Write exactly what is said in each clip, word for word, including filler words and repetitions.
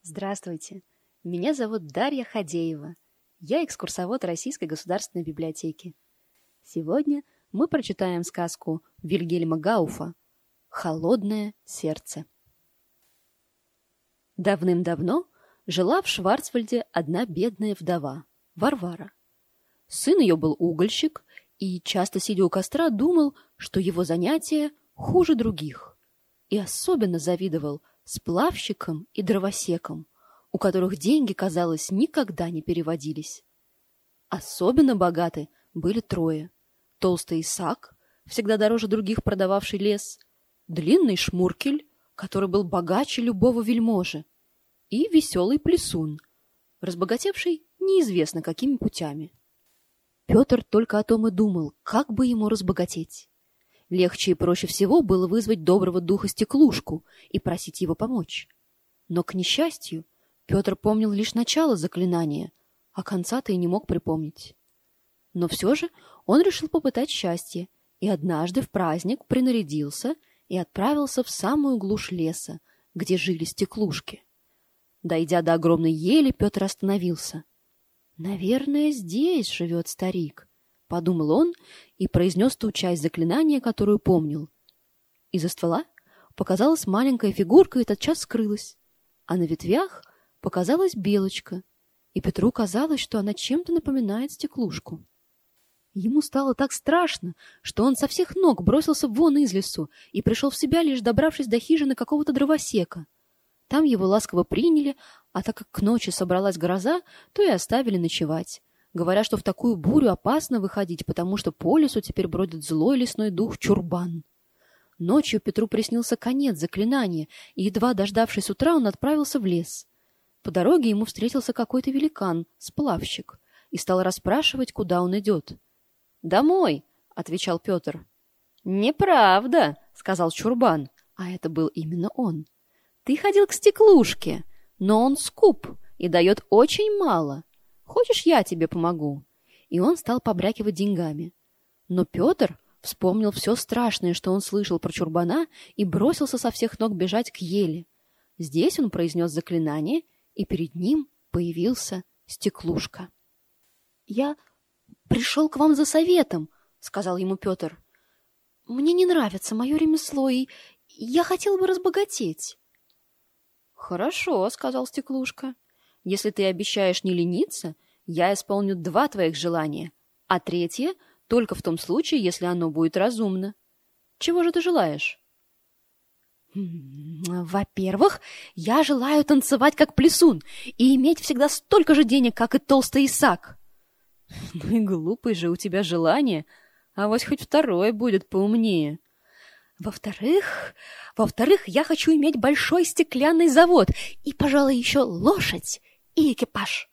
Здравствуйте, меня зовут Дарья Хадеева. Я экскурсовод Российской государственной библиотеки. Сегодня мы прочитаем сказку Вильгельма Гауфа «Холодное сердце». Давным-давно жила в Шварцвальде одна бедная вдова, Варвара. Сын ее был угольщик и, часто сидя у костра, думал, что его занятие хуже других, и особенно завидовал сплавщикам и дровосекам, у которых деньги, казалось, никогда не переводились. Особенно богаты были трое: толстый Исаак, всегда дороже других продававший лес, длинный Шмуркель, который был богаче любого вельможи, и веселый Плесун, разбогатевший неизвестно какими путями. Петр только о том и думал, как бы ему разбогатеть. Легче и проще всего было вызвать доброго духа Стеклушку и просить его помочь. Но, к несчастью, Петр помнил лишь начало заклинания, а конца-то и не мог припомнить. Но все же он решил попытать счастье, и однажды в праздник принарядился и отправился в самую глушь леса, где жили Стеклушки. Дойдя до огромной ели, Петр остановился. «Наверное, здесь живет старик», — подумал он и произнес ту часть заклинания, которую помнил. Из-за ствола показалась маленькая фигурка и тотчас скрылась, а на ветвях показалась белочка, и Петру казалось, что она чем-то напоминает Стеклушку. Ему стало так страшно, что он со всех ног бросился вон из лесу и пришел в себя, лишь добравшись до хижины какого-то дровосека. Там его ласково приняли, а так как к ночи собралась гроза, то и оставили ночевать, говоря, что в такую бурю опасно выходить, потому что по лесу теперь бродит злой лесной дух Чурбан. Ночью Петру приснился конец заклинания, и, едва дождавшись утра, он отправился в лес. По дороге ему встретился какой-то великан, сплавщик, и стал расспрашивать, куда он идет. «Домой», — отвечал Петр. «Неправда», — сказал Чурбан, а это был именно он. «Ты ходил к Стеклушке, но он скуп и дает очень мало. Хочешь, я тебе помогу?» И он стал побрякивать деньгами. Но Петр вспомнил все страшное, что он слышал про Чурбана, и бросился со всех ног бежать к ели. Здесь он произнес заклинание, и перед ним появился Стеклушка. «Я пришел к вам за советом», — сказал ему Петр. «Мне не нравится мое ремесло, и я хотел бы разбогатеть». «Хорошо», — сказал Стеклушка. «Если ты обещаешь не лениться, я исполню два твоих желания, а третье — только в том случае, если оно будет разумно. Чего же ты желаешь?» «Во-первых, я желаю танцевать как Плесун и иметь всегда столько же денег, как и толстый Исаак». «Ну и глупое же у тебя желание, а вот хоть второе будет поумнее». Во-вторых, во-вторых, я хочу иметь большой стеклянный завод и, пожалуй, еще лошадь и экипаж.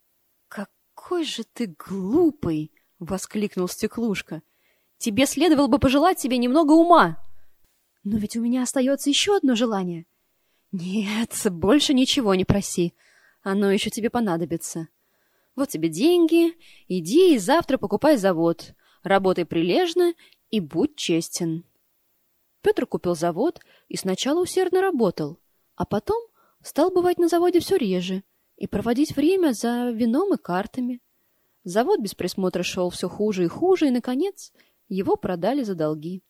Какой же ты глупый, воскликнул Стеклушка. Тебе следовало бы пожелать себе немного ума. Но ведь у меня остается еще одно желание. Нет, больше ничего не проси. Оно еще тебе понадобится. Вот тебе деньги, иди и завтра покупай завод. Работай прилежно и будь честен. Петр купил завод и сначала усердно работал, а потом стал бывать на заводе все реже и проводить время за вином и картами. Завод без присмотра шел все хуже и хуже, и, наконец, его продали за долги.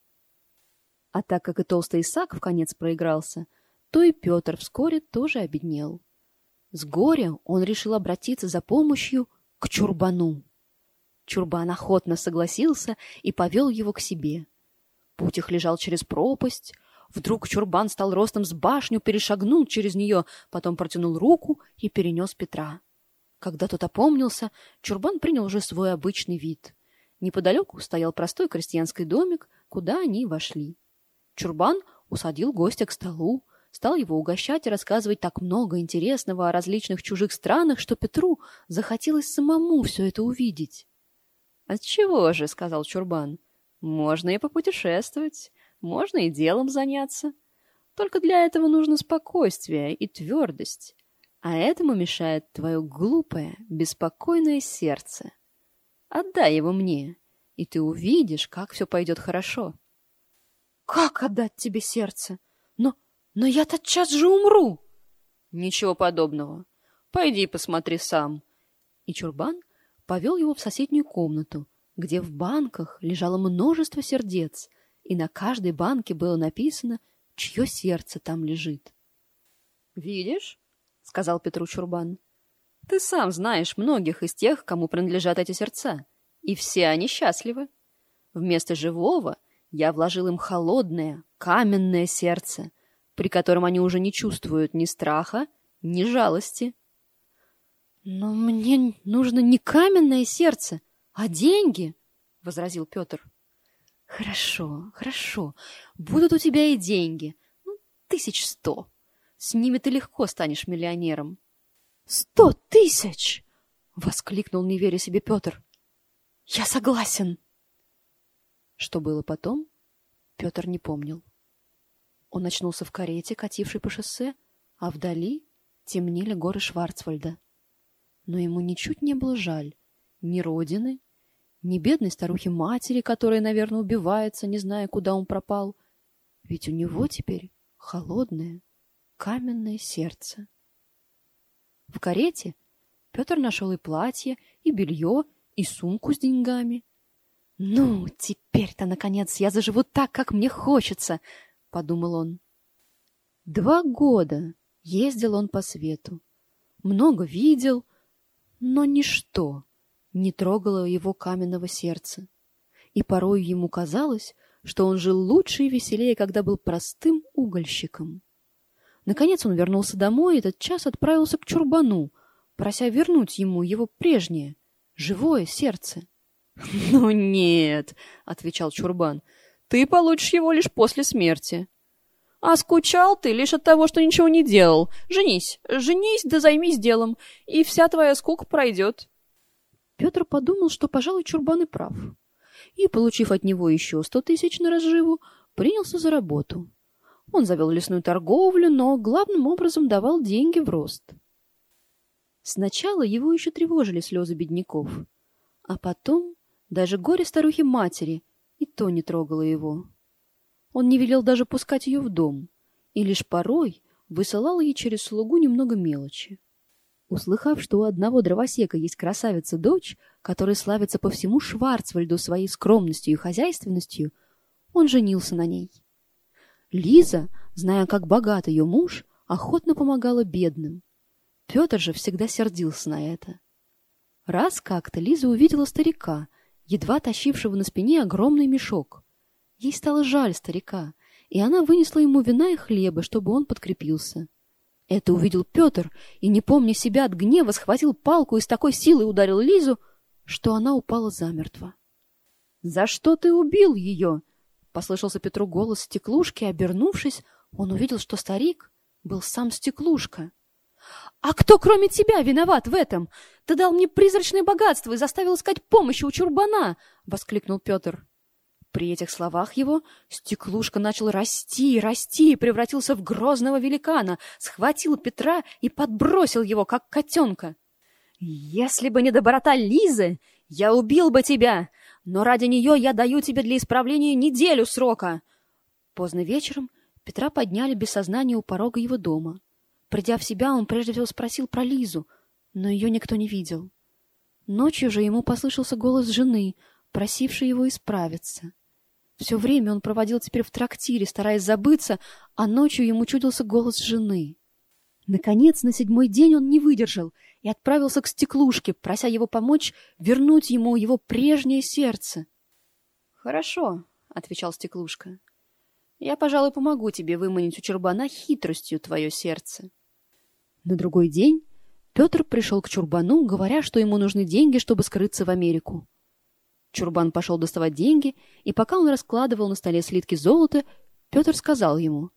А так как и толстый Исаак вконец проигрался, то и Петр вскоре тоже обеднел. С горя он решил обратиться за помощью к Чурбану. Чурбан охотно согласился и повел его к себе. Путь их лежал через пропасть. Вдруг Чурбан стал ростом с башню, перешагнул через нее, потом протянул руку и перенес Петра. Когда тот опомнился, Чурбан принял уже свой обычный вид. Неподалеку стоял простой крестьянский домик, куда они вошли. Чурбан усадил гостя к столу, стал его угощать и рассказывать так много интересного о различных чужих странах, что Петру захотелось самому все это увидеть. «Отчего же?» — сказал Чурбан. «Можно и попутешествовать, можно и делом заняться. Только для этого нужно спокойствие и твердость, а этому мешает твое глупое, беспокойное сердце. Отдай его мне, и ты увидишь, как все пойдет хорошо». «Как отдать тебе сердце? Но, но я тотчас же умру!» Ничего подобного. Пойди посмотри сам. И Чурбан повел его в соседнюю комнату, где в банках лежало множество сердец, и на каждой банке было написано, чье сердце там лежит. «Видишь?» — сказал Петру Чурбан. «Ты сам знаешь многих из тех, кому принадлежат эти сердца, и все они счастливы. Вместо живого я вложил им холодное, каменное сердце, при котором они уже не чувствуют ни страха, ни жалости». «Но мне нужно не каменное сердце, а деньги», — возразил Петр. «Хорошо, хорошо, будут у тебя и деньги, ну, тысяч сто. С ними ты легко станешь миллионером». «Сто тысяч!» — воскликнул, не веря себе, Петр. «Я согласен». Что было потом, Петр не помнил. Он очнулся в карете, катившей по шоссе, а вдали темнели горы Шварцвальда. Но ему ничуть не было жаль ни родины, ни бедной старухи-матери, которая, наверное, убивается, не зная, куда он пропал. Ведь у него теперь холодное, каменное сердце. В карете Петр нашел и платье, и белье, и сумку с деньгами. «Ну, теперь-то, наконец, я заживу так, как мне хочется», — подумал он. Два года ездил он по свету. Много видел, но ничто не трогало его каменного сердца. И порой ему казалось, что он жил лучше и веселее, когда был простым угольщиком. Наконец он вернулся домой и этот час отправился к Чурбану, прося вернуть ему его прежнее, живое сердце. — Ну нет, — отвечал Чурбан, — ты получишь его лишь после смерти. А скучал ты лишь от того, что ничего не делал. Женись, женись да займись делом, и вся твоя скука пройдет. Петр подумал, что, пожалуй, Чурбан и прав, и, получив от него еще сто тысяч на разживу, принялся за работу. Он завел лесную торговлю, но главным образом давал деньги в рост. Сначала его еще тревожили слезы бедняков, а потом даже горе старухи-матери и то не трогало его. Он не велел даже пускать ее в дом, и лишь порой высылал ей через слугу немного мелочи. Услыхав, что у одного дровосека есть красавица-дочь, которая славится по всему Шварцвальду своей скромностью и хозяйственностью, он женился на ней. Лиза, зная, как богат ее муж, охотно помогала бедным. Петр же всегда сердился на это. Раз как-то Лиза увидела старика, едва тащившего на спине огромный мешок. Ей стало жаль старика, и она вынесла ему вина и хлеба, чтобы он подкрепился. Это увидел Петр и, не помня себя от гнева, схватил палку и с такой силой ударил Лизу, что она упала замертво. — За что ты убил ее? — послышался Петру голос Стеклушки, и, обернувшись, он увидел, что старик был сам Стеклушка. — А кто, кроме тебя, виноват в этом? Ты дал мне призрачное богатство и заставил искать помощи у Чурбана! — воскликнул Петр. При этих словах его Стеклушка начал расти и расти и превратился в грозного великана, схватил Петра и подбросил его, как котенка. — Если бы не доброта Лизы, я убил бы тебя, но ради нее я даю тебе для исправления неделю срока. Поздно вечером Петра подняли без сознания у порога его дома. Придя в себя, он прежде всего спросил про Лизу, но ее никто не видел. Ночью же ему послышался голос жены, просившей его исправиться. Все время он проводил теперь в трактире, стараясь забыться, а ночью ему чудился голос жены. Наконец, на седьмой день он не выдержал и отправился к Стеклушке, прося его помочь вернуть ему его прежнее сердце. — Хорошо, — отвечал Стеклушка. — Я, пожалуй, помогу тебе выманить у Чурбана хитростью твое сердце. На другой день Петр пришел к Чурбану, говоря, что ему нужны деньги, чтобы скрыться в Америку. Чурбан пошел доставать деньги, и пока он раскладывал на столе слитки золота, Петр сказал ему: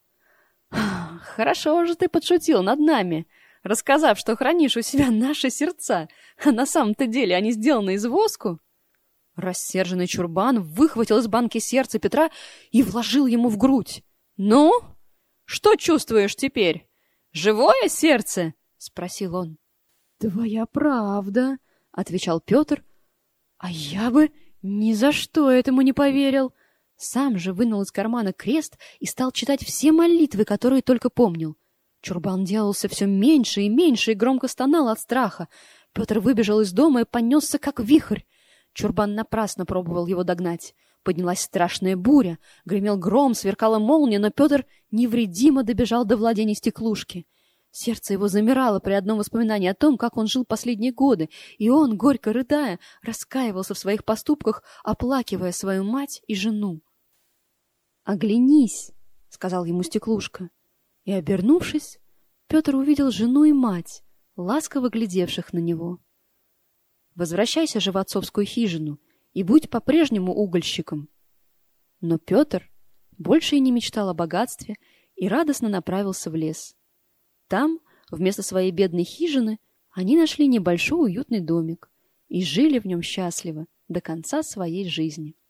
— Хорошо же ты подшутил над нами, рассказав, что хранишь у себя наши сердца, а на самом-то деле они сделаны из воску. Рассерженный Чурбан выхватил из банки сердце Петра и вложил ему в грудь. — Ну, что чувствуешь теперь? Живое сердце? — спросил он. — Твоя правда, — отвечал Петр. — А я бы ни за что этому не поверил. Сам же вынул из кармана крест и стал читать все молитвы, которые только помнил. Чурбан делался все меньше и меньше и громко стонал от страха. Петр выбежал из дома и понесся, как вихрь. Чурбан напрасно пробовал его догнать. Поднялась страшная буря, гремел гром, сверкала молния, но Петр невредимо добежал до владений Стеклушки. Сердце его замирало при одном воспоминании о том, как он жил последние годы, и он, горько рыдая, раскаивался в своих поступках, оплакивая свою мать и жену. «Оглянись», — сказал ему Стеклушка. И, обернувшись, Петр увидел жену и мать, ласково глядевших на него. «Возвращайся же в отцовскую хижину и будь по-прежнему угольщиком». Но Петр больше и не мечтал о богатстве и радостно направился в лес. Там, вместо своей бедной хижины, они нашли небольшой уютный домик и жили в нем счастливо до конца своей жизни.